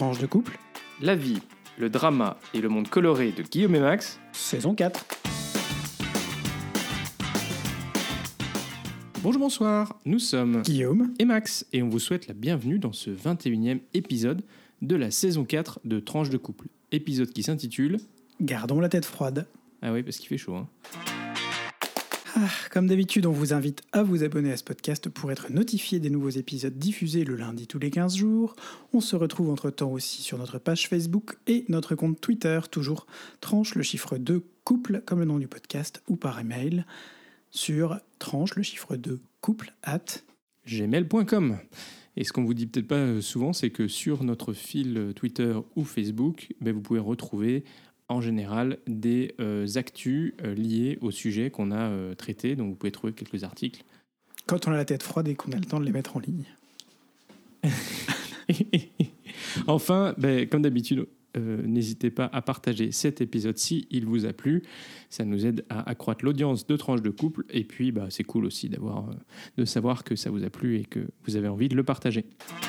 Tranche de couple, La vie, le drama et le monde coloré de Guillaume et Max. saison 4. Bonjour, bonsoir, nous sommes Guillaume, et Max et on vous souhaite la bienvenue dans ce 21e épisode de la saison 4 de Tranche de couple. Épisode qui s'intitule... gardons la tête froide. Ah oui, parce qu'il fait chaud, hein. Comme d'habitude, on vous invite à vous abonner à ce podcast pour être notifié des nouveaux épisodes diffusés le lundi tous les 15 jours. On se retrouve entre-temps aussi sur notre page Facebook et notre compte Twitter, toujours tranche le chiffre 2 couple, comme le nom du podcast, ou par email sur tranche le chiffre 2 couple gmail.com. Et ce qu'on vous dit peut-être pas souvent, c'est que sur notre fil Twitter ou Facebook, vous pouvez retrouver en général des actus liés au sujet qu'on a traité. Donc vous pouvez trouver quelques articles. quand on a la tête froide et qu'on a le temps de les mettre en ligne. Enfin, comme d'habitude, n'hésitez pas à partager cet épisode si il vous a plu. Ça nous aide à accroître l'audience de Tranche de couple. Et puis, c'est cool aussi de savoir que ça vous a plu et que vous avez envie de le partager.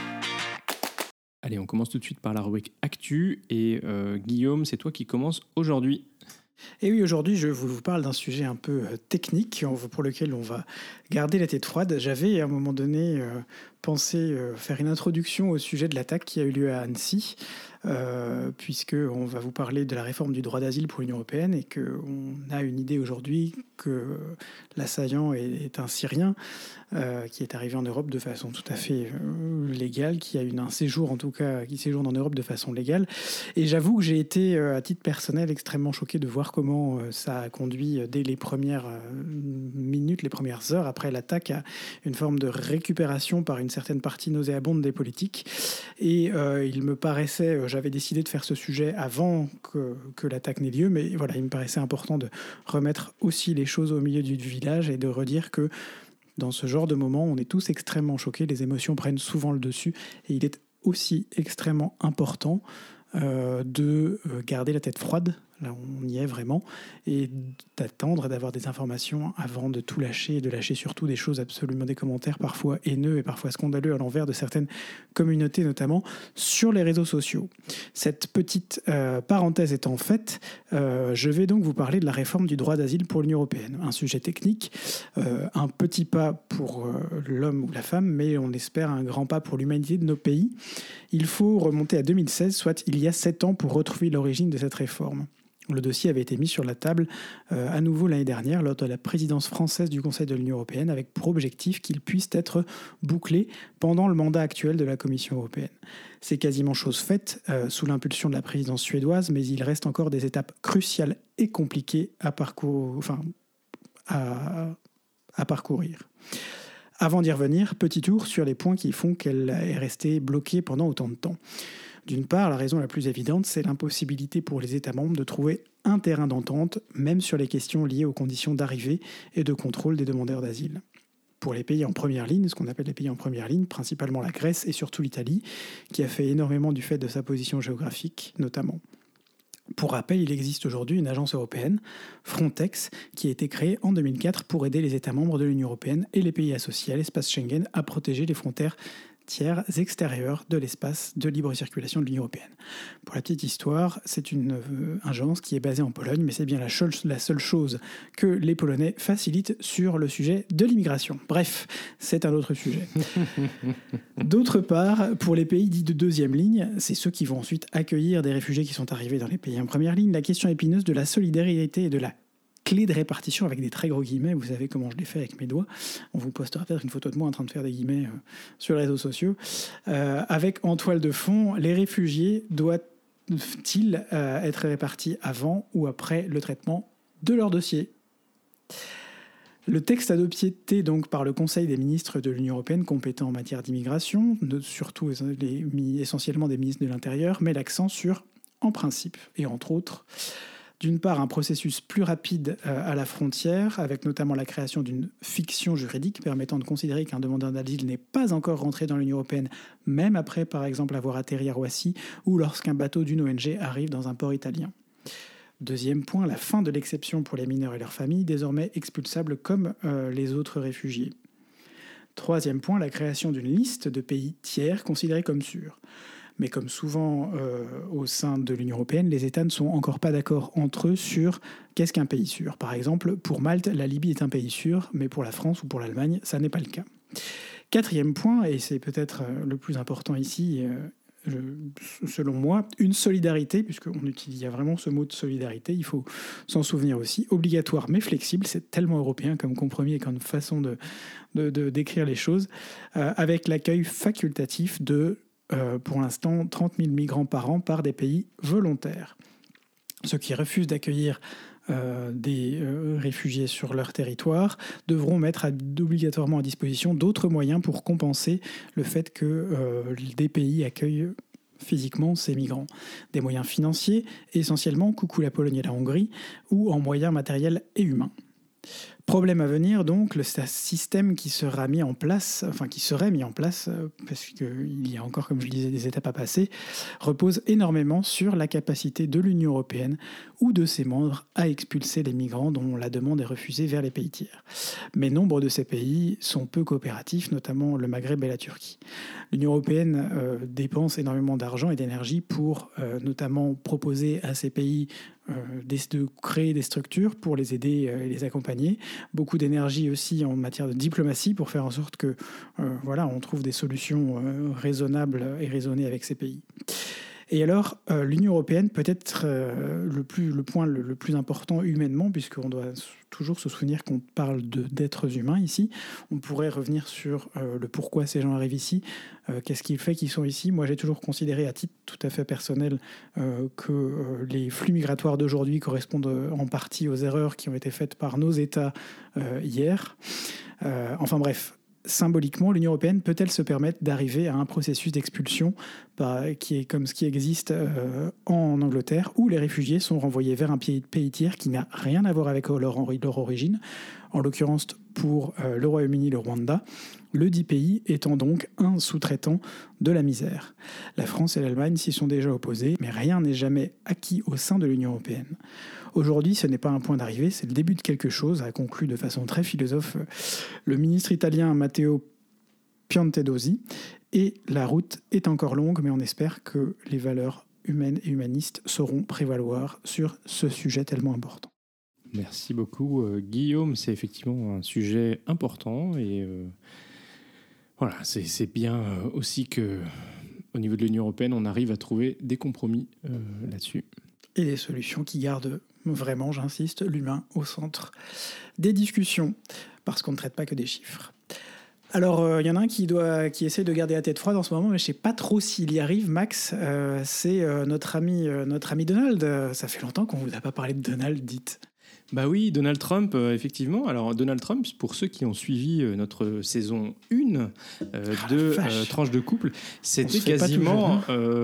Allez, on commence tout de suite par la rubrique Actu. Et Guillaume, c'est toi qui commence aujourd'hui. Et oui, aujourd'hui, je vous parle d'un sujet un peu technique pour lequel on va garder la tête froide. J'avais à un moment donné pensé faire une introduction au sujet de l'attaque qui a eu lieu à Annecy, puisqu'on va vous parler de la réforme du droit d'asile pour l'Union européenne et qu'on a une idée aujourd'hui que l'assaillant est un Syrien qui est arrivé en Europe de façon tout à fait légale, qui a eu un séjour en tout cas, qui séjourne en Europe de façon légale. Et j'avoue que j'ai été, à titre personnel, extrêmement choqué de voir comment ça a conduit dès les premières minutes, les premières heures après l'attaque à une forme de récupération par une certaine partie nauséabonde des politiques. Et il me paraissait, j'avais décidé de faire ce sujet avant que l'attaque n'ait lieu, mais voilà, il me paraissait important de remettre aussi les choses au milieu du village et de redire que dans ce genre de moment, on est tous extrêmement choqués, les émotions prennent souvent le dessus, et il est aussi extrêmement important de garder la tête froide, là on y est vraiment, et d'attendre d'avoir des informations avant de tout lâcher, et de lâcher surtout des choses absolument, des commentaires parfois haineux et parfois scandaleux à l'envers de certaines communautés, notamment sur les réseaux sociaux. Cette petite parenthèse étant faite, je vais donc vous parler de la réforme du droit d'asile pour l'Union européenne. Un sujet technique, un petit pas pour l'homme ou la femme, mais on espère un grand pas pour l'humanité de nos pays. Il faut remonter à 2016, soit il y a 7 ans, pour retrouver l'origine de cette réforme. Le dossier avait été mis sur la table à nouveau l'année dernière lors de la présidence française du Conseil de l'Union européenne, avec pour objectif qu'il puisse être bouclé pendant le mandat actuel de la Commission européenne. C'est quasiment chose faite sous l'impulsion de la présidence suédoise, mais il reste encore des étapes cruciales et compliquées à parcourir. Avant d'y revenir, petit tour sur les points qui font qu'elle est restée bloquée pendant autant de temps. D'une part, la raison la plus évidente, c'est l'impossibilité pour les États membres de trouver un terrain d'entente, même sur les questions liées aux conditions d'arrivée et de contrôle des demandeurs d'asile. Pour les pays en première ligne, ce qu'on appelle les pays en première ligne, principalement la Grèce et surtout l'Italie, qui a fait énormément du fait de sa position géographique, notamment. Pour rappel, il existe aujourd'hui une agence européenne, Frontex, qui a été créée en 2004 pour aider les États membres de l'Union européenne et les pays associés à l'espace Schengen à protéger les frontières tiers extérieures de l'espace de libre circulation de l'Union européenne. Pour la petite histoire, c'est une agence qui est basée en Pologne, mais c'est bien la seule chose que les Polonais facilitent sur le sujet de l'immigration. Bref, c'est un autre sujet. D'autre part, pour les pays dits de deuxième ligne, c'est ceux qui vont ensuite accueillir des réfugiés qui sont arrivés dans les pays en première ligne, la question épineuse de la solidarité et de la clé de répartition, avec des très gros guillemets, vous savez comment je l'ai fait avec mes doigts, on vous postera peut-être une photo de moi en train de faire des guillemets sur les réseaux sociaux, avec en toile de fond, les réfugiés doivent-ils être répartis avant ou après le traitement de leur dossier ? Le texte adopté donc par le Conseil des ministres de l'Union européenne compétent en matière d'immigration, surtout essentiellement des ministres de l'Intérieur, met l'accent sur, en principe, et entre autres, d'une part, un processus plus rapide à la frontière, avec notamment la création d'une fiction juridique permettant de considérer qu'un demandeur d'asile n'est pas encore rentré dans l'Union européenne, même après, par exemple, avoir atterri à Roissy, ou lorsqu'un bateau d'une ONG arrive dans un port italien. Deuxième point, la fin de l'exception pour les mineurs et leurs familles, désormais expulsables comme les autres réfugiés. Troisième point, la création d'une liste de pays tiers considérés comme sûrs. Mais comme souvent au sein de l'Union européenne, les États ne sont encore pas d'accord entre eux sur qu'est-ce qu'un pays sûr. Par exemple, pour Malte, la Libye est un pays sûr, mais pour la France ou pour l'Allemagne, ça n'est pas le cas. Quatrième point, et c'est peut-être le plus important ici, selon moi, une solidarité, il y a vraiment ce mot de solidarité, il faut s'en souvenir aussi, obligatoire mais flexible, c'est tellement européen comme compromis et comme façon de décrire les choses, avec l'accueil facultatif de, pour l'instant, 30 000 migrants par an par des pays volontaires. Ceux qui refusent d'accueillir des réfugiés sur leur territoire devront mettre obligatoirement à disposition d'autres moyens pour compenser le fait que des pays accueillent physiquement ces migrants. Des moyens financiers, essentiellement, coucou la Pologne et la Hongrie, ou en moyens matériels et humains. Problème à venir, donc, le système qui serait mis en place, parce qu'il y a encore, comme je le disais, des étapes à passer, repose énormément sur la capacité de l'Union européenne ou de ses membres à expulser les migrants dont la demande est refusée vers les pays tiers. Mais nombre de ces pays sont peu coopératifs, notamment le Maghreb et la Turquie. L'Union européenne dépense énormément d'argent et d'énergie pour notamment proposer à ces pays de créer des structures pour les aider et les accompagner. Beaucoup d'énergie aussi en matière de diplomatie pour faire en sorte que on trouve des solutions raisonnables et raisonnées avec ces pays. Et alors, l'Union européenne peut être le point le plus important humainement, puisqu'on doit toujours se souvenir qu'on parle d'êtres humains ici. On pourrait revenir sur le pourquoi ces gens arrivent ici, qu'est-ce qui fait qu'ils sont ici. Moi, j'ai toujours considéré à titre tout à fait personnel que les flux migratoires d'aujourd'hui correspondent en partie aux erreurs qui ont été faites par nos États hier. Enfin bref. Symboliquement, l'Union européenne peut-elle se permettre d'arriver à un processus d'expulsion qui est comme ce qui existe en Angleterre, où les réfugiés sont renvoyés vers un pays tiers qui n'a rien à voir avec leur origine, en l'occurrence pour le Royaume-Uni, le Rwanda, le dit pays étant donc un sous-traitant de la misère. La France et l'Allemagne s'y sont déjà opposés, mais rien n'est jamais acquis au sein de l'Union européenne. Aujourd'hui, ce n'est pas un point d'arrivée, c'est le début de quelque chose, a conclu de façon très philosophe le ministre italien Matteo Piantedosi. Et la route est encore longue, mais on espère que les valeurs humaines et humanistes sauront prévaloir sur ce sujet tellement important. Merci beaucoup, Guillaume. C'est effectivement un sujet important et voilà, c'est bien aussi que au niveau de l'Union européenne, on arrive à trouver des compromis là-dessus. Et des solutions qui gardent vraiment, j'insiste, l'humain au centre des discussions, parce qu'on ne traite pas que des chiffres. Alors, il y en a un qui essaie de garder la tête froide en ce moment, mais je ne sais pas trop s'il y arrive, Max. C'est notre ami Donald. Ça fait longtemps qu'on ne vous a pas parlé de Donald, dites. Bah oui, Donald Trump, effectivement. Alors, Donald Trump, pour ceux qui ont suivi notre saison 1 de Tranche de couple, c'était quasiment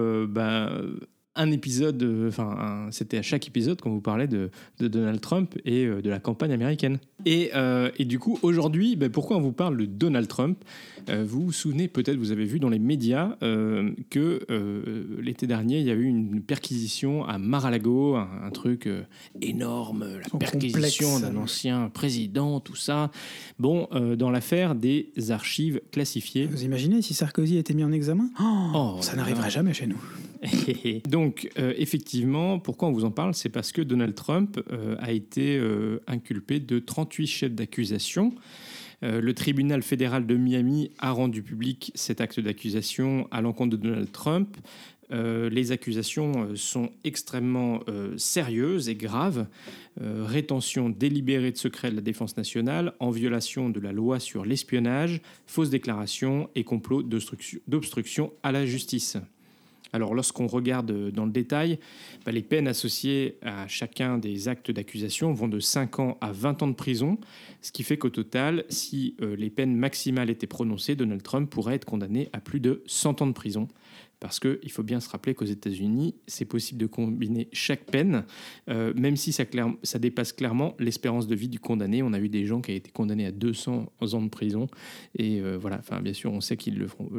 un épisode, c'était à chaque épisode qu'on vous parlait de Donald Trump et de la campagne américaine. Et du coup, aujourd'hui, pourquoi on vous parle de Donald Trump ? Vous vous souvenez, peut-être vous avez vu dans les médias que l'été dernier, il y a eu une perquisition à Mar-a-Lago, un truc énorme, la perquisition d'un ancien président, tout ça. Bon, dans l'affaire des archives classifiées. Vous imaginez si Sarkozy était mis en examen ? Ça n'arriverait jamais chez nous. Donc, effectivement, pourquoi on vous en parle ? C'est parce que Donald Trump a été inculpé de 38 chefs d'accusation. Le tribunal fédéral de Miami a rendu public cet acte d'accusation à l'encontre de Donald Trump. Les accusations sont extrêmement sérieuses et graves. Rétention délibérée de secret de la défense nationale en violation de la loi sur l'espionnage, fausse déclaration et complot d'obstruction à la justice. Alors, lorsqu'on regarde dans le détail, les peines associées à chacun des actes d'accusation vont de 5 ans à 20 ans de prison, ce qui fait qu'au total, si les peines maximales étaient prononcées, Donald Trump pourrait être condamné à plus de 100 ans de prison. Parce qu'il faut bien se rappeler qu'aux États-Unis, c'est possible de combiner chaque peine, même si ça dépasse clairement l'espérance de vie du condamné. On a eu des gens qui ont été condamnés à 200 ans de prison. Et bien sûr, on sait qu'ils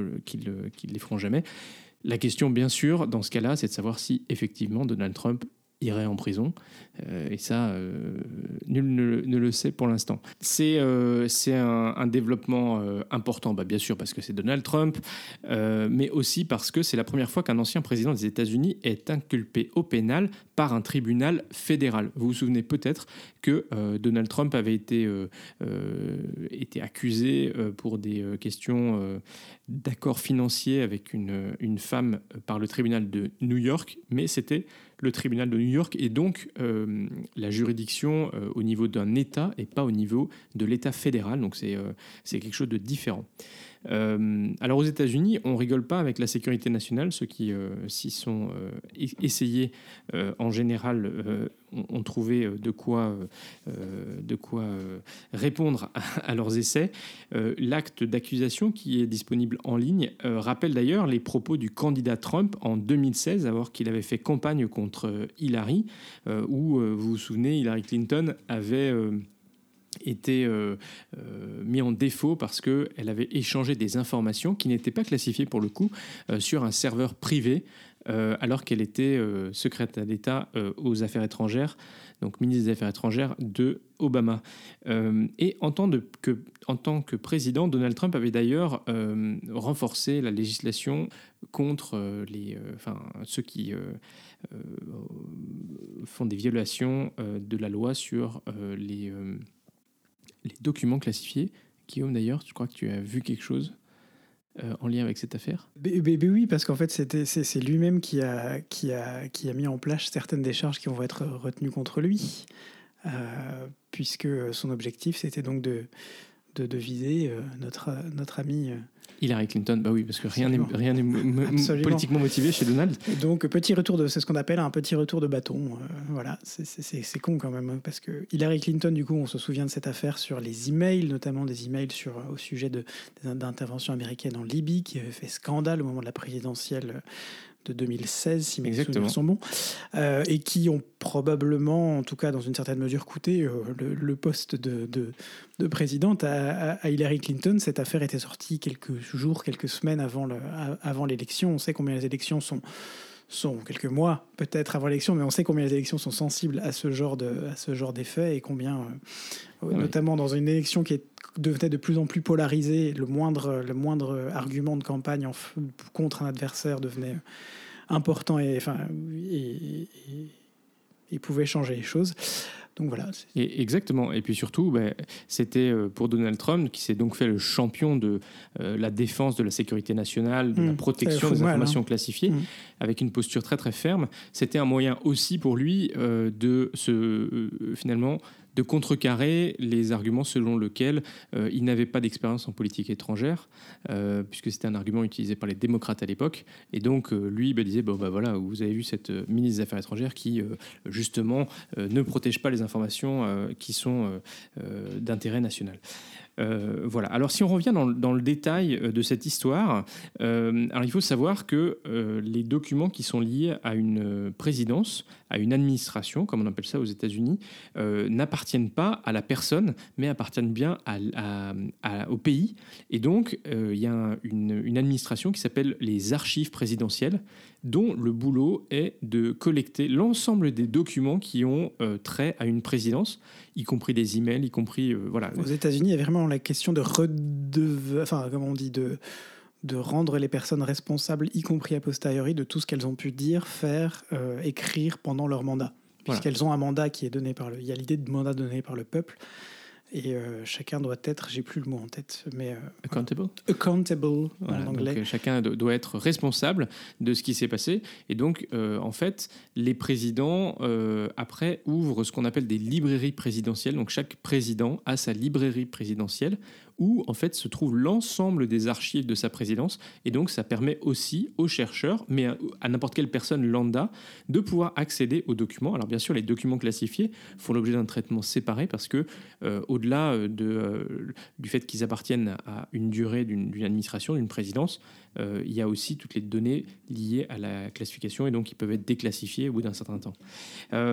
les feront jamais. La question, bien sûr, dans ce cas-là, c'est de savoir si, effectivement, Donald Trump irait en prison. Et ça, nul ne le sait pour l'instant. C'est un développement important, bien sûr, parce que c'est Donald Trump, mais aussi parce que c'est la première fois qu'un ancien président des États-Unis est inculpé au pénal par un tribunal fédéral. Vous vous souvenez peut-être que Donald Trump avait été accusé pour des questions d'accords financiers avec une femme par le tribunal de New York, mais c'était le tribunal de New York et donc la juridiction au niveau d'un État et pas au niveau de l'État fédéral. Donc c'est quelque chose de différent. Alors aux États-Unis, on rigole pas avec la sécurité nationale. Ceux qui s'y sont essayés, en général, ont trouvé de quoi répondre à leurs essais. L'acte d'accusation qui est disponible en ligne rappelle d'ailleurs les propos du candidat Trump en 2016, alors qu'il avait fait campagne contre Hillary, où, vous vous souvenez, Hillary Clinton avait été mis en défaut parce qu'elle avait échangé des informations qui n'étaient pas classifiées pour le coup sur un serveur privé alors qu'elle était secrétaire d'État aux affaires étrangères, donc ministre des Affaires étrangères de Obama. Et en tant que président, Donald Trump avait d'ailleurs renforcé la législation contre ceux qui font des violations de la loi sur les documents classifiés. Guillaume, d'ailleurs, je crois que tu as vu quelque chose en lien avec cette affaire. Oui, parce qu'en fait, c'est lui-même qui a mis en place certaines des charges qui vont être retenues contre lui, puisque son objectif, c'était donc de viser notre ami... Hillary Clinton, oui, parce que rien n'est politiquement motivé chez Donald. Et donc, c'est ce qu'on appelle un petit retour de bâton. Voilà, c'est con quand même, parce que Hillary Clinton, du coup, on se souvient de cette affaire sur les emails, notamment des emails au sujet d'interventions américaines en Libye, qui avait fait scandale au moment de la présidentielle de 2016, si mes souvenirs sont bons, et qui ont probablement, en tout cas dans une certaine mesure, coûté le poste de présidente à Hillary Clinton. Cette affaire était sortie quelques semaines avant l'élection. On sait combien les élections sont quelques mois peut-être avant l'élection, mais on sait combien les élections sont sensibles à ce genre d'effets et combien, notamment dans une élection qui devenait de plus en plus polarisée, le moindre argument de campagne contre un adversaire devenait important et pouvait changer les choses. Donc voilà. Exactement. Et puis surtout, c'était pour Donald Trump, qui s'est donc fait le champion de la défense de la sécalité nationale, de la protection des informations classifiées, avec une posture très très ferme. C'était un moyen aussi pour lui de contrecarrer les arguments selon lesquels il n'avait pas d'expérience en politique étrangère, puisque c'était un argument utilisé par les démocrates à l'époque. Et donc, lui disait, voilà, vous avez vu cette ministre des Affaires étrangères qui, justement, ne protège pas les informations qui sont d'intérêt national. Voilà. Alors, si on revient dans le détail de cette histoire, alors il faut savoir que les documents qui sont liés à une présidence, à une administration, comme on appelle ça aux États-Unis, n'appartiennent pas à la personne, mais appartiennent bien au pays. Et donc, il y a une administration qui s'appelle les archives présidentielles, dont le boulot est de collecter l'ensemble des documents qui ont trait à une présidence, y compris des emails, y compris... voilà. Aux États-Unis, il y a vraiment la question de rendre les personnes responsables, y compris a posteriori, de tout ce qu'elles ont pu dire, faire, écrire pendant leur mandat. Puisqu'elles ont un mandat qui est donné il y a l'idée de mandat donné par le peuple. Et chacun doit être, j'ai plus le mot en tête, mais... accountable en anglais. Donc, chacun doit être responsable de ce qui s'est passé. Et donc, en fait, les présidents, après, ouvrent ce qu'on appelle des librairies présidentielles. Donc, chaque président a sa librairie présidentielle où, en fait, se trouve l'ensemble des archives de sa présidence. Et donc, ça permet aussi aux chercheurs, mais à n'importe quelle personne lambda, de pouvoir accéder aux documents. Alors, bien sûr, les documents classifiés font l'objet d'un traitement séparé parce que, au-delà du fait qu'ils appartiennent à une durée d'une administration, d'une présidence, il y a aussi toutes les données liées à la classification et donc ils peuvent être déclassifiés au bout d'un certain temps.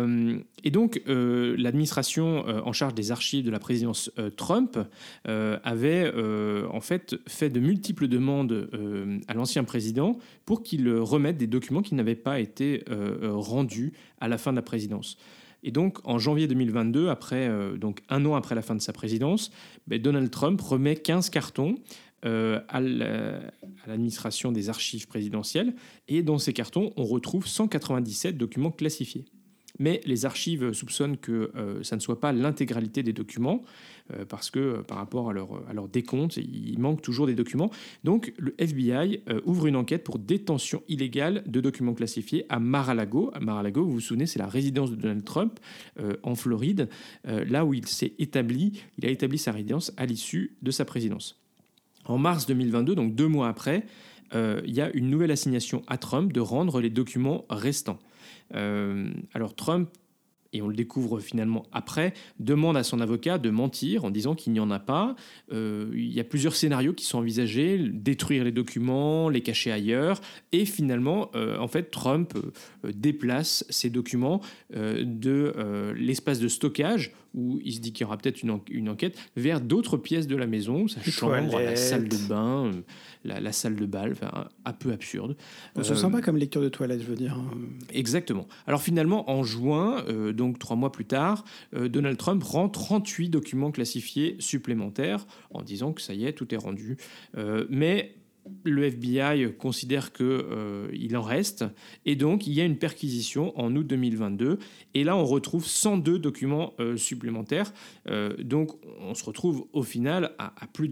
Et donc, l'administration en charge des archives de la présidence Trump avait avait en fait de multiples demandes à l'ancien président pour qu'il remette des documents qui n'avaient pas été rendus à la fin de la présidence. Et donc, en janvier 2022, donc un an après la fin de sa présidence, Donald Trump remet 15 cartons à l'administration des archives présidentielles. Et dans ces cartons, on retrouve 197 documents classifiés. Mais les archives soupçonnent que ça ne soit pas l'intégralité des documents, parce que par rapport à leur décompte, il manque toujours des documents. Donc le FBI ouvre une enquête pour détention illégale de documents classifiés à Mar-a-Lago. À Mar-a-Lago, vous vous souvenez, c'est la résidence de Donald Trump en Floride, là où il a établi sa résidence à l'issue de sa présidence. En mars 2022, donc 2 mois après, il y a une nouvelle assignation à Trump de rendre les documents restants. Alors Trump, et on le découvre finalement après, demande à son avocat de mentir en disant qu'il n'y en a pas. Il y a plusieurs scénarios qui sont envisagés, détruire les documents, les cacher ailleurs, et finalement, en fait, Trump déplace ces documents de l'espace de stockage, où il se dit qu'il y aura peut-être une enquête, vers d'autres pièces de la maison, sa chambre, la salle de bain, la salle de bal, enfin, un peu absurde. Ça sent pas comme lecture de toilette, je veux dire. Exactement. Alors finalement, en juin, donc 3 mois plus tard, Donald Trump rend 38 documents classifiés supplémentaires en disant que ça y est, tout est rendu. Mais le FBI considère qu'il en reste, et donc il y a une perquisition en août 2022, et là on retrouve 102 documents supplémentaires, donc on se retrouve au final à plus de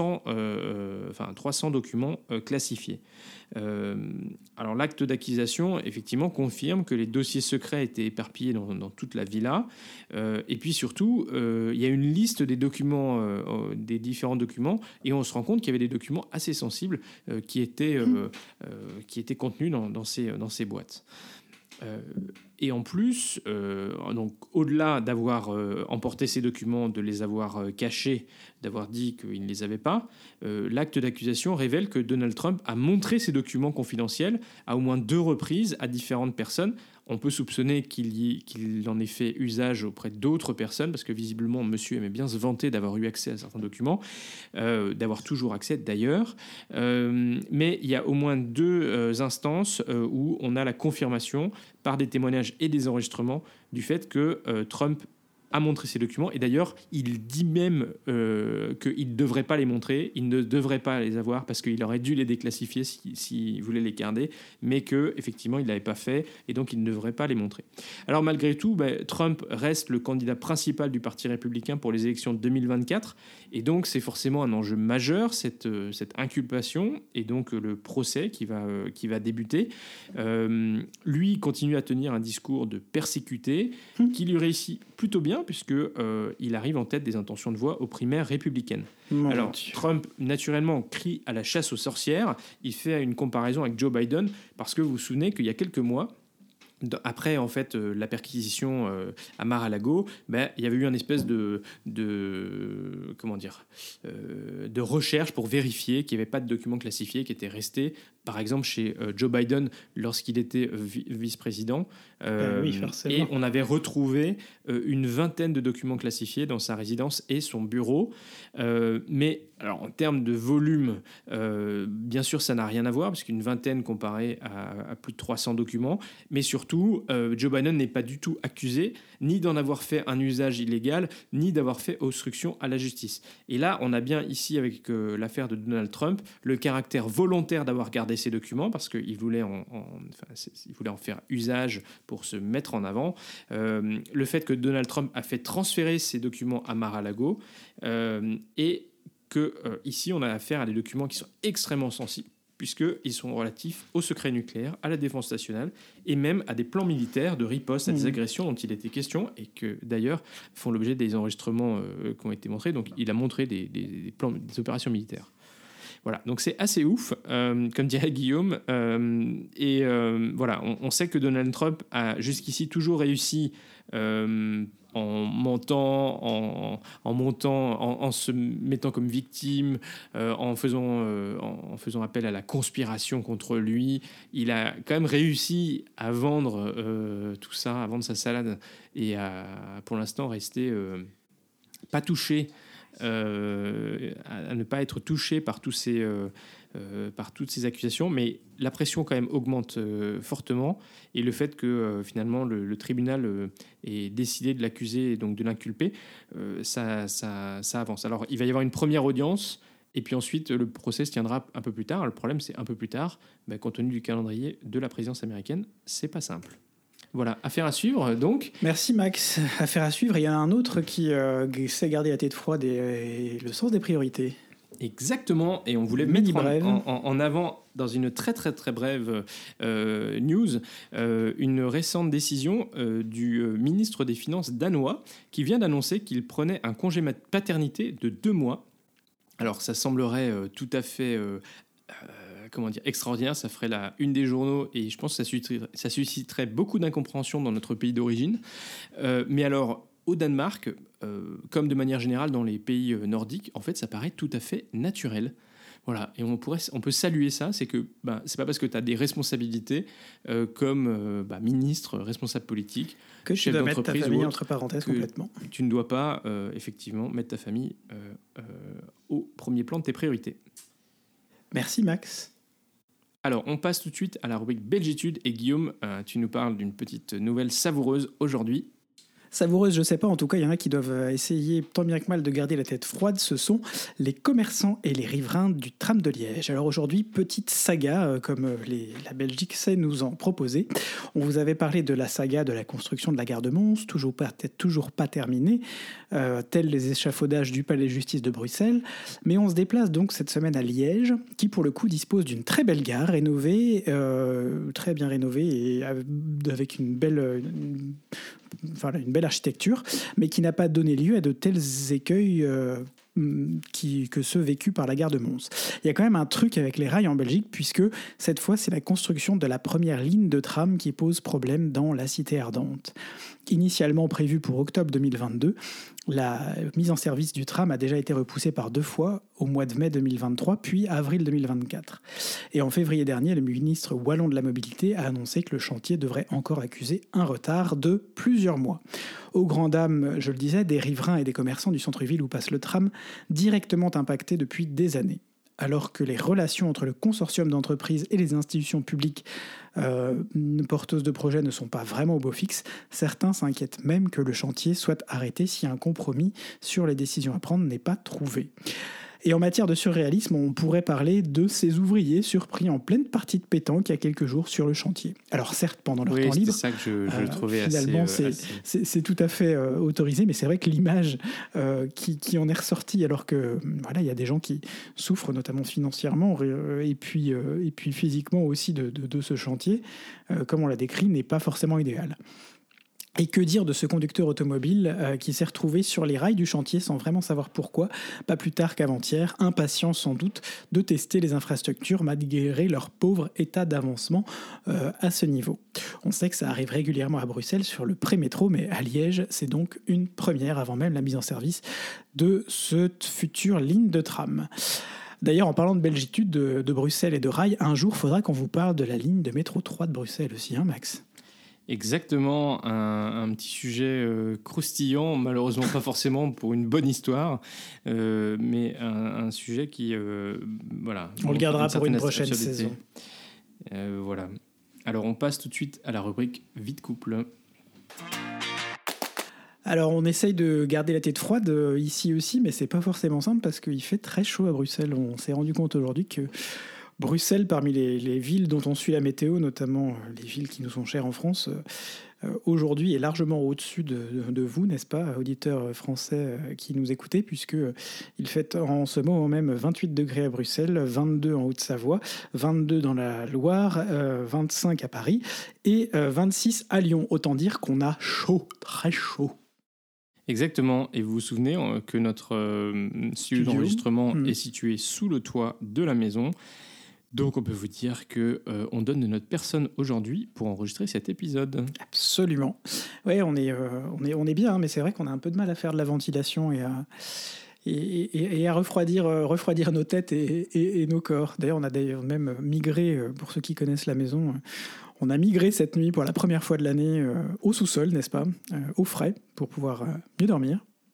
300 documents classifiés. Alors l'acte d'accusation effectivement confirme que les dossiers secrets étaient éparpillés dans toute la villa, et puis surtout il y a une liste des documents, des différents documents, et on se rend compte qu'il y avait des documents assez sensibles qui étaient contenus dans ces boîtes. Et en plus, donc, au-delà d'avoir emporté ces documents, de les avoir cachés, d'avoir dit qu'il ne les avait pas, l'acte d'accusation révèle que Donald Trump a montré ces documents confidentiels à au moins 2 reprises à différentes personnes. On peut soupçonner qu'il en ait fait usage auprès d'autres personnes, parce que visiblement, monsieur aimait bien se vanter d'avoir eu accès à certains documents, d'avoir toujours accès d'ailleurs. Mais il y a au moins 2 instances où on a la confirmation par des témoignages et des enregistrements du fait que Trump a montré ces documents. Et d'ailleurs, il dit même qu'il ne devrait pas les montrer, il ne devrait pas les avoir parce qu'il aurait dû les déclassifier s'il voulait les garder, mais qu'effectivement, il ne l'avait pas fait et donc il ne devrait pas les montrer. Alors malgré tout, Trump reste le candidat principal du Parti républicain pour les élections de 2024, et donc c'est forcément un enjeu majeur, cette inculpation, et donc le procès qui va débuter. Lui continue à tenir un discours de persécuté qui lui réussit plutôt bien, puisqu'il arrive en tête des intentions de voix aux primaires républicaines. Alors, Trump, naturellement, crie à la chasse aux sorcières. Il fait une comparaison avec Joe Biden, parce que vous vous souvenez qu'il y a quelques mois, après en fait la perquisition à Mar-a-Lago, il y avait eu une espèce de recherche pour vérifier qu'il n'y avait pas de documents classifiés qui étaient restés, par exemple chez Joe Biden lorsqu'il était vice-président. Oui, forcément. Et on avait retrouvé une vingtaine de documents classifiés dans sa résidence et son bureau. Mais alors, en termes de volume, bien sûr, ça n'a rien à voir, parce qu'une vingtaine comparée à plus de 300 documents. Mais surtout, Joe Biden n'est pas du tout accusé ni d'en avoir fait un usage illégal, ni d'avoir fait obstruction à la justice. Et là, on a bien ici, avec l'affaire de Donald Trump, le caractère volontaire d'avoir gardé ces documents, parce qu'il voulait il voulait en faire usage pour se mettre en avant. Le fait que Donald Trump a fait transférer ces documents à Mar-a-Lago, et ici on a affaire à des documents qui sont extrêmement sensibles, puisqu'ils sont relatifs au secret nucléaire, à la défense nationale, et même à des plans militaires de riposte à des agressions dont il était question, et que d'ailleurs font l'objet des enregistrements qui ont été montrés. Donc il a montré des plans, des opérations militaires. Voilà, donc c'est assez ouf, comme dirait Guillaume. Voilà, on sait que Donald Trump a jusqu'ici toujours réussi en montant, en se mettant comme victime, en faisant appel à la conspiration contre lui. Il a quand même réussi à vendre tout ça, à vendre sa salade, et à, pour l'instant, rester pas touché à ne pas être touché par toutes ces accusations, mais la pression quand même augmente fortement, et le fait que finalement le tribunal ait décidé de l'accuser et donc de l'inculper, ça avance. Alors il va y avoir une première audience, et puis ensuite le procès se tiendra un peu plus tard. Le problème, c'est un peu plus tard, compte tenu du calendrier de la présidence américaine, c'est pas simple. Voilà, affaire à suivre donc. Merci Max, affaire à suivre. Il y a un autre qui sait garder la tête froide et le sens des priorités. Exactement, et on voulait mettre en avant dans une très très très brève news une récente décision du ministre des Finances danois qui vient d'annoncer qu'il prenait un congé paternité de 2 mois. Alors ça semblerait tout à fait extraordinaire, ça ferait la une des journaux, et je pense que ça susciterait beaucoup d'incompréhension dans notre pays d'origine. Mais alors, au Danemark, comme de manière générale dans les pays nordiques, en fait, ça paraît tout à fait naturel. Voilà, et on peut saluer ça, c'est que c'est pas parce que tu as des responsabilités comme ministre, responsable politique, que chef tu dois mettre ta famille entre parenthèses complètement. Tu ne dois pas effectivement mettre ta famille au premier plan de tes priorités. Merci Max. Alors, on passe tout de suite à la rubrique Belgitude, et Guillaume, tu nous parles d'une petite nouvelle savoureuse aujourd'hui. Savoureuse, je sais pas, en tout cas, il y en a qui doivent essayer tant bien que mal de garder la tête froide, ce sont les commerçants et les riverains du tram de Liège. Alors aujourd'hui, petite saga, comme la Belgique sait nous en proposer. On vous avait parlé de la saga de la construction de la gare de Mons, toujours pas terminée, tels les échafaudages du palais de justice de Bruxelles. Mais on se déplace donc cette semaine à Liège, qui pour le coup dispose d'une très belle gare rénovée, très bien rénovée, et avec une belle architecture, mais qui n'a pas donné lieu à de tels écueils que ceux vécus par la gare de Mons. Il y a quand même un truc avec les rails en Belgique, puisque cette fois, c'est la construction de la première ligne de tram qui pose problème dans la Cité ardente. Initialement prévue pour octobre 2022, la mise en service du tram a déjà été repoussée par 2 fois, au mois de mai 2023, puis avril 2024. Et en février dernier, le ministre wallon de la Mobilité a annoncé que le chantier devrait encore accuser un retard de plusieurs mois. Aux grandes dames, je le disais, des riverains et des commerçants du centre-ville où passe le tram, directement impactés depuis des années. Alors que les relations entre le consortium d'entreprises et les institutions publiques porteuses de projets ne sont pas vraiment au beau fixe, certains s'inquiètent même que le chantier soit arrêté si un compromis sur les décisions à prendre n'est pas trouvé. Et en matière de surréalisme, on pourrait parler de ces ouvriers surpris en pleine partie de pétanque il y a quelques jours sur le chantier. Alors certes, pendant leur temps libre, c'est ça que je trouvais finalement, c'est tout à fait autorisé, mais c'est vrai que l'image qui en est ressortie, alors que voilà, il y a des gens qui souffrent notamment financièrement et puis physiquement aussi de ce chantier, comme on l'a décrit, n'est pas forcément idéal. Et que dire de ce conducteur automobile qui s'est retrouvé sur les rails du chantier sans vraiment savoir pourquoi, pas plus tard qu'avant-hier, impatient sans doute de tester les infrastructures malgré leur pauvre état d'avancement à ce niveau. On sait que ça arrive régulièrement à Bruxelles sur le pré-métro, mais à Liège, c'est donc une première avant même la mise en service de cette future ligne de tram. D'ailleurs, en parlant de belgitude, de Bruxelles et de rail, un jour, il faudra qu'on vous parle de la ligne de métro 3 de Bruxelles aussi, hein Max ? Exactement, un petit sujet croustillant, malheureusement pas forcément pour une bonne histoire, mais un sujet qui, voilà. On le gardera pour une prochaine saison. Voilà. Alors on passe tout de suite à la rubrique Vie de couple. Alors on essaye de garder la tête froide ici aussi, mais c'est pas forcément simple parce qu'il fait très chaud à Bruxelles. On s'est rendu compte aujourd'hui que Bruxelles, parmi les villes dont on suit la météo, notamment les villes qui nous sont chères en France, aujourd'hui est largement au-dessus de vous, n'est-ce pas, auditeurs français qui nous écoutez, puisqu'il fait en ce moment même 28 degrés à Bruxelles, 22 en Haute-Savoie, 22 dans la Loire, 25 à Paris et 26 à Lyon. Autant dire qu'on a chaud, très chaud. Exactement, et vous vous souvenez que notre studio d'enregistrement est situé sous le toit de la maison. Donc on peut vous dire qu'on donne de notre personne aujourd'hui pour enregistrer cet épisode. Absolument. Oui, on est bien, mais c'est vrai qu'on a un peu de mal à faire de la ventilation et à refroidir nos têtes et nos corps. D'ailleurs, on a même migré, pour ceux qui connaissent la maison, on a migré cette nuit pour la première fois de l'année au sous-sol, n'est-ce pas, au frais, pour pouvoir mieux dormir.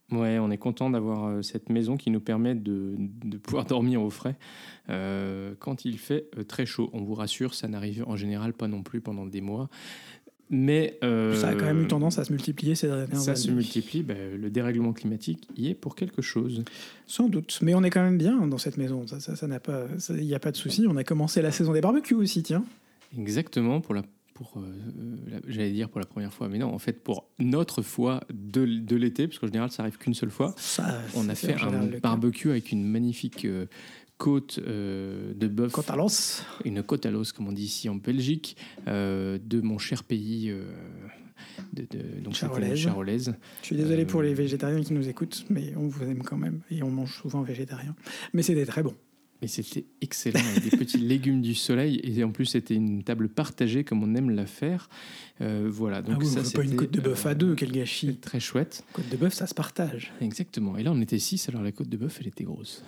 Ouais, on est content d'avoir cette maison qui nous permet de pouvoir dormir au frais quand il fait très chaud. On vous rassure, ça n'arrive en général pas non plus pendant des mois. Mais Ça a quand même eu tendance à se multiplier ces dernières ça années. se multiplie. Le dérèglement climatique y est pour quelque chose. Sans doute. Mais on est quand même bien dans cette maison. Ça n'a pas, il n'y a pas de souci. On a commencé la saison des barbecues aussi, tiens. Exactement, j'allais dire pour la première fois, mais non, en fait pour notre fois de l'été, parce qu'en général ça arrive qu'une seule fois. On a fait un barbecue avec une magnifique côte de bœuf. Côte à l'os. Une côte à l'os, comme on dit ici en Belgique, de mon cher pays donc charolaise. Je suis désolé pour les végétariens qui nous écoutent, mais on vous aime quand même et on mange souvent végétarien. Mais c'était très bon. Mais c'était excellent, avec des petits légumes du soleil, et en plus c'était une table partagée comme on aime la faire. Voilà. Donc ça, c'est pas une côte de bœuf à deux, quel gâchis. Très chouette. Côte de bœuf, ça se partage. Exactement. Et là on était 6, alors la côte de bœuf elle était grosse.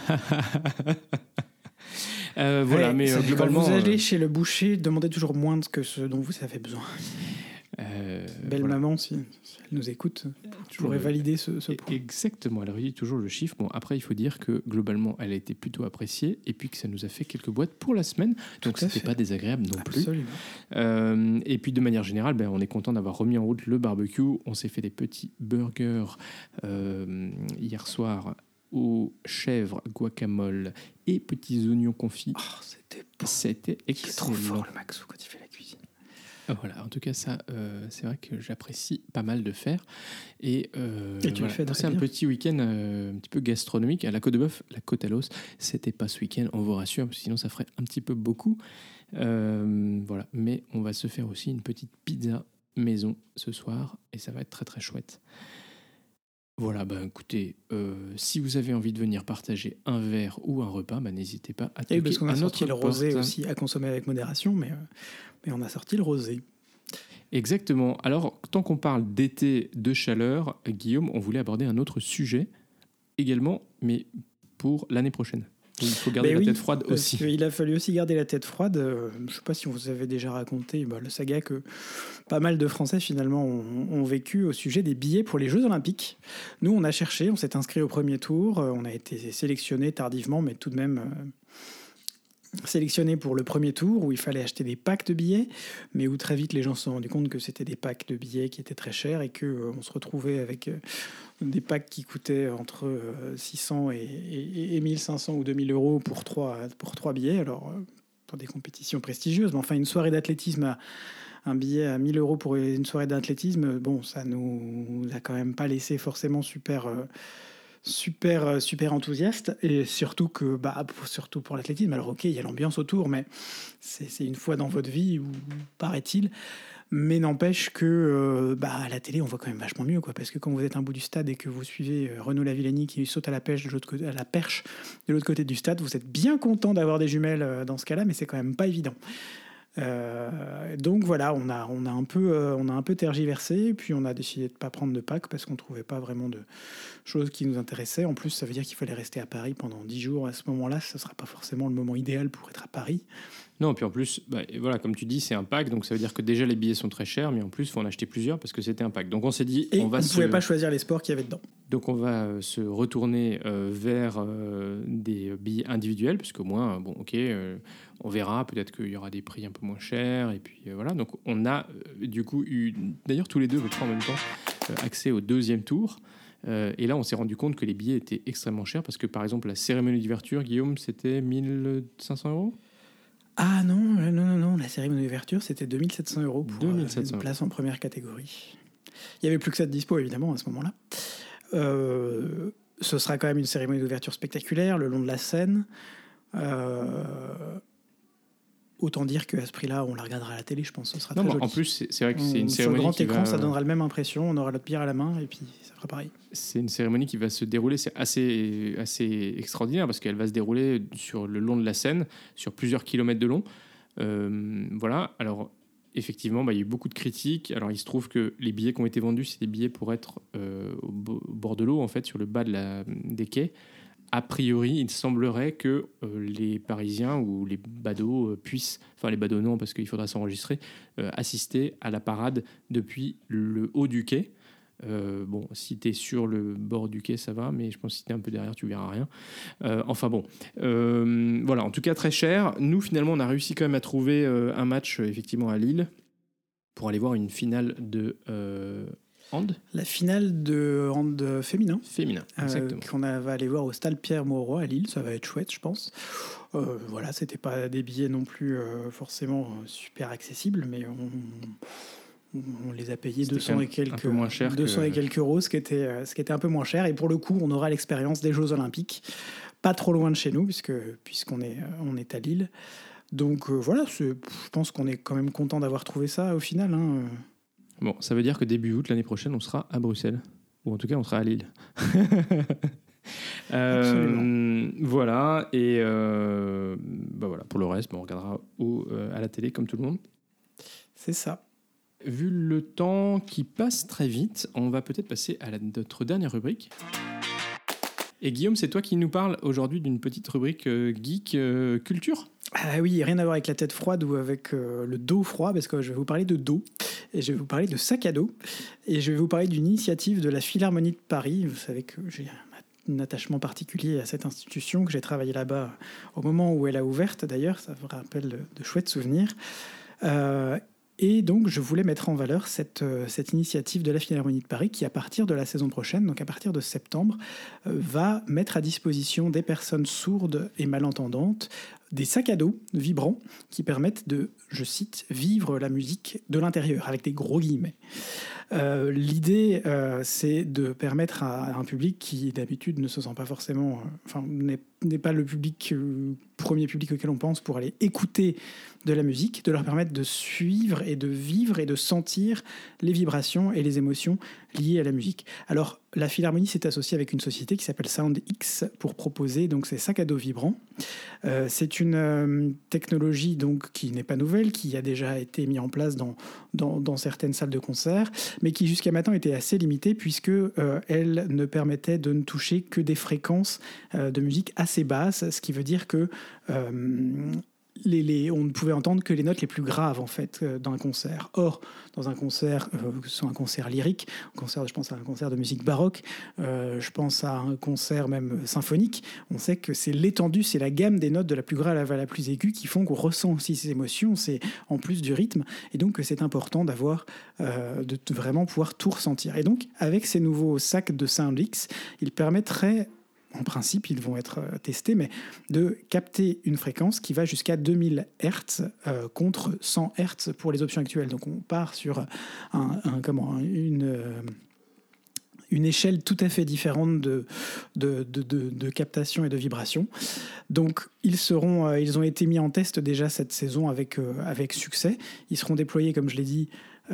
Voilà, mais globalement. Quand vous allez chez le boucher, demandez toujours moins que ce dont vous avez besoin. Belle voilà. Maman, si elle nous écoute, pourrait valider ce point. Exactement, elle redit toujours le chiffre. Bon, après, il faut dire que globalement, elle a été plutôt appréciée et puis que ça nous a fait quelques boîtes pour la semaine. Donc, c'était pas désagréable non Absolument. plus. Et puis, de manière générale, on est content d'avoir remis en route le barbecue. On s'est fait des petits burgers hier soir aux chèvres, guacamole et petits oignons confits. Oh, c'était bon. C'était excellent. Il est trop fort, le Maxou, quand il fait la cuisine. Voilà, en tout cas, ça, c'est vrai que j'apprécie pas mal de faire. Et tu le fais très bien. Un petit week-end un petit peu gastronomique. À la côte de bœuf, la côte à l'os, c'était pas ce week-end, on vous rassure, parce que sinon ça ferait un petit peu beaucoup. Voilà, mais on va se faire aussi une petite pizza maison ce soir, et ça va être très très chouette. Voilà, écoutez, si vous avez envie de venir partager un verre ou un repas, n'hésitez pas à toquer parce qu'on a sorti le rosé porte. aussi à consommer avec modération, mais on a sorti le rosé. Exactement. Alors, tant qu'on parle d'été, de chaleur, Guillaume, on voulait aborder un autre sujet également, mais pour l'année prochaine. Il faut garder la tête froide aussi. Il a fallu aussi garder la tête froide. Je ne sais pas si on vous avait déjà raconté le saga que pas mal de Français finalement ont vécu au sujet des billets pour les Jeux Olympiques. Nous, on a cherché, on s'est inscrit au premier tour, on a été sélectionné tardivement, mais tout de même sélectionné pour le premier tour où il fallait acheter des packs de billets, mais où très vite les gens se sont rendus compte que c'était des packs de billets qui étaient très chers et qu'on se retrouvait avec des packs qui coûtaient entre 600 et 1500 ou 2000 euros pour trois billets. Alors, pour des compétitions prestigieuses, mais enfin, une soirée d'athlétisme, un billet à 1000 euros pour une soirée d'athlétisme, ça nous a quand même pas laissé forcément super enthousiaste, et surtout surtout pour l'athlétisme. Alors ok, il y a l'ambiance autour, mais c'est une fois dans votre vie, paraît-il. Mais n'empêche que à la télé, on voit quand même vachement mieux, parce que quand vous êtes à un bout du stade et que vous suivez Renaud Lavillenie qui saute à la perche de l'autre côté du stade, vous êtes bien content d'avoir des jumelles dans ce cas-là, mais c'est quand même pas évident. Donc voilà, on a un peu tergiversé, puis on a décidé de ne pas prendre de pack parce qu'on ne trouvait pas vraiment de choses qui nous intéressaient. En plus, ça veut dire qu'il fallait rester à Paris pendant 10 jours. À ce moment-là, ce ne sera pas forcément le moment idéal pour être à Paris. Non, puis en plus, voilà, comme tu dis, c'est un pack, donc ça veut dire que déjà les billets sont très chers, mais en plus, il faut en acheter plusieurs parce que c'était un pack. Donc on s'est dit, on ne pouvait pas choisir les sports qu'il y avait dedans. Donc on va se retourner vers des billets individuels, parce qu'au moins, on verra, peut-être qu'il y aura des prix un peu moins chers, et puis voilà. Donc on a du coup eu, d'ailleurs tous les deux, je crois en même temps, accès au deuxième tour. Et là, on s'est rendu compte que les billets étaient extrêmement chers, parce que par exemple, la cérémonie d'ouverture, Guillaume, c'était 1500 euros. Ah non, la cérémonie d'ouverture, c'était 2700 euros pour 2700 une place en première catégorie. Il n'y avait plus que ça de dispo, évidemment, à ce moment-là. Ce sera quand même une cérémonie d'ouverture spectaculaire, le long de la Seine. Autant dire qu'à ce prix-là, on la regardera à la télé, je pense. Ce sera très joli. En plus, c'est vrai que c'est une cérémonie. Sur le grand écran, ça donnera la même impression. On aura notre bière à la main et puis ça fera pareil. C'est une cérémonie qui va se dérouler, c'est assez extraordinaire parce qu'elle va se dérouler sur le long de la Seine, sur plusieurs kilomètres de long. Voilà. Alors, effectivement, il y a eu beaucoup de critiques. Alors, il se trouve que les billets qui ont été vendus, c'est des billets pour être au bord de l'eau, en fait, sur le bas des quais. A priori, il semblerait que les Parisiens ou les badauds puissent, enfin les badauds non parce qu'il faudra s'enregistrer, assister à la parade depuis le haut du quai. Bon, si t'es sur le bord du quai, ça va, mais je pense que si t'es un peu derrière, tu verras rien. Enfin bon, voilà, en tout cas très cher. Nous, finalement, on a réussi quand même à trouver un match, effectivement, à Lille, pour aller voir une finale de hand. La finale de hand féminin. Féminin, exactement. Qu'on va aller voir au Stade Pierre-Mauroy à Lille. Ça va être chouette, je pense. Voilà, c'était pas des billets non plus forcément super accessibles, mais on les a payés 200 et quelques, moins cher 200 et quelques euros, ce qui était un peu moins cher. Et pour le coup, on aura l'expérience des Jeux Olympiques, pas trop loin de chez nous, puisqu'on est à Lille. Donc voilà, je pense qu'on est quand même content d'avoir trouvé ça au final. Hein. Bon, ça veut dire que début août, l'année prochaine, on sera à Bruxelles. Ou en tout cas, on sera à Lille. Voilà, et voilà, pour le reste, on regardera à la télé comme tout le monde. C'est ça. Vu le temps qui passe très vite, on va peut-être passer à notre dernière rubrique. Et Guillaume, c'est toi qui nous parles aujourd'hui d'une petite rubrique geek culture. Ah oui, rien à voir avec la tête froide ou avec le dos froid, parce que je vais vous parler de dos, et je vais vous parler de sac à dos, et je vais vous parler d'une initiative de la Philharmonie de Paris. Vous savez que j'ai un attachement particulier à cette institution, que j'ai travaillé là-bas au moment où elle a ouverte, d'ailleurs, ça vous rappelle de chouettes souvenirs. Et donc, je voulais mettre en valeur cette initiative de la Philharmonie de Paris qui, à partir de la saison prochaine, donc à partir de septembre, va mettre à disposition des personnes sourdes et malentendantes des sacs à dos vibrants qui permettent de, je cite, vivre la musique de l'intérieur, avec des gros guillemets. L'idée, c'est de permettre à un public qui, d'habitude, ne se sent pas forcément... n'est pas le premier public auquel on pense pour aller écouter de la musique, de leur permettre de suivre et de vivre et de sentir les vibrations et les émotions liées à la musique. Alors, la Philharmonie s'est associée avec une société qui s'appelle SoundX pour proposer donc ces sacs à dos vibrants. C'est une technologie donc qui n'est pas nouvelle, qui a déjà été mise en place dans certaines salles de concert, mais qui jusqu'à maintenant était assez limitée puisque elle ne permettait de ne toucher que des fréquences de musique assez basses, ce qui veut dire que on ne pouvait entendre que les notes les plus graves en fait dans un concert. Or, dans un concert, que ce soit un concert lyrique, je pense à un concert de musique baroque, je pense à un concert même symphonique, on sait que c'est l'étendue, c'est la gamme des notes de la plus grave à la plus aiguë qui font qu'on ressent aussi ces émotions, c'est en plus du rythme, et donc c'est important d'avoir, de vraiment pouvoir tout ressentir. Et donc, avec ces nouveaux sacs de SoundX, ils permettraient, en principe, ils vont être testés, mais de capter une fréquence qui va jusqu'à 2000 Hz contre 100 Hz pour les options actuelles. Donc on part sur une échelle tout à fait différente de captation et de vibration. Donc ils ont été mis en test déjà cette saison avec succès. Ils seront déployés, comme je l'ai dit...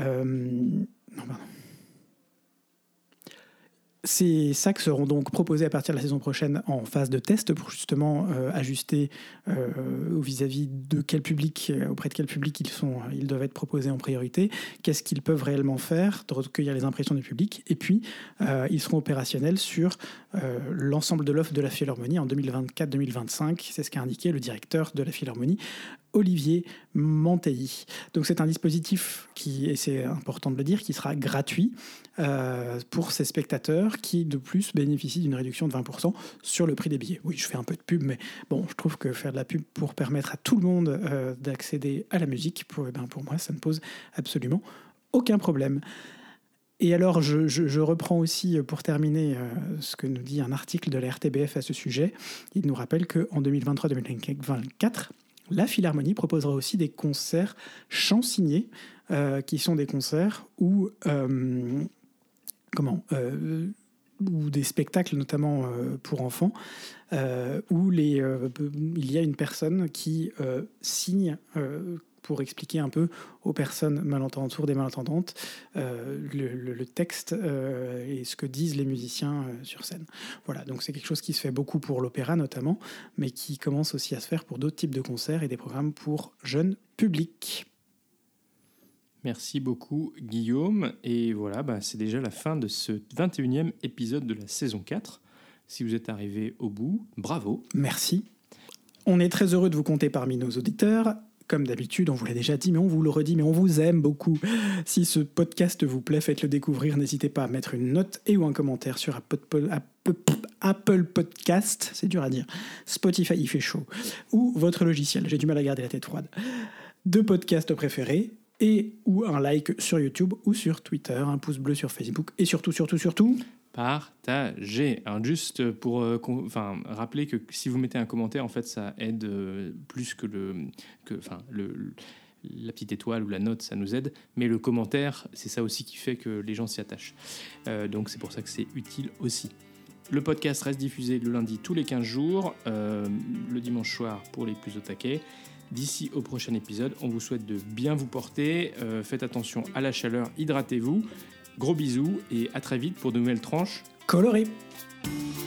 Ces sacs seront donc proposés à partir de la saison prochaine en phase de test pour justement ajuster vis-à-vis de quel public, auprès de quel public ils doivent être proposés en priorité, qu'est-ce qu'ils peuvent réellement faire, de recueillir les impressions du public, et puis ils seront opérationnels sur l'ensemble de l'offre de la Philharmonie en 2024-2025. C'est ce qu'a indiqué le directeur de la Philharmonie, Olivier Manteilly. Donc c'est un dispositif qui, et c'est important de le dire, qui sera gratuit pour ces spectateurs qui de plus bénéficient d'une réduction de 20% sur le prix des billets. Oui, je fais un peu de pub, mais bon, je trouve que faire de la pub pour permettre à tout le monde d'accéder à la musique, pour moi, ça ne pose absolument aucun problème. Et alors, je reprends aussi, pour terminer, ce que nous dit un article de la RTBF à ce sujet. Il nous rappelle qu'en 2023-2024, la Philharmonie proposera aussi des concerts chansignés, qui sont des concerts où, ou des spectacles notamment pour enfants, où il y a une personne qui signe pour expliquer un peu aux personnes malentendantes, sourdes et malentendantes, le texte et ce que disent les musiciens sur scène. Voilà, donc c'est quelque chose qui se fait beaucoup pour l'opéra notamment, mais qui commence aussi à se faire pour d'autres types de concerts et des programmes pour jeunes publics. Merci beaucoup Guillaume, et voilà, c'est déjà la fin de ce 21e épisode de la saison 4. Si vous êtes arrivé au bout, bravo. Merci. On est très heureux de vous compter parmi nos auditeurs. Comme d'habitude, on vous l'a déjà dit, mais on vous le redit, mais on vous aime beaucoup. Si ce podcast vous plaît, faites-le découvrir. N'hésitez pas à mettre une note et ou un commentaire sur Apple Podcast, c'est dur à dire, Spotify, il fait chaud, ou votre logiciel, j'ai du mal à garder la tête froide, de podcast préférés, et ou un like sur YouTube ou sur Twitter, un pouce bleu sur Facebook, et surtout, partagez. Alors juste pour rappeler que si vous mettez un commentaire, en fait, ça aide plus que la petite étoile ou la note, ça nous aide. Mais le commentaire, c'est ça aussi qui fait que les gens s'y attachent. Donc c'est pour ça que c'est utile aussi. Le podcast reste diffusé le lundi tous les 15 jours, le dimanche soir pour les plus au taquet. D'ici au prochain épisode, on vous souhaite de bien vous porter. Faites attention à la chaleur, hydratez-vous. Gros bisous et à très vite pour de nouvelles tranches colorées.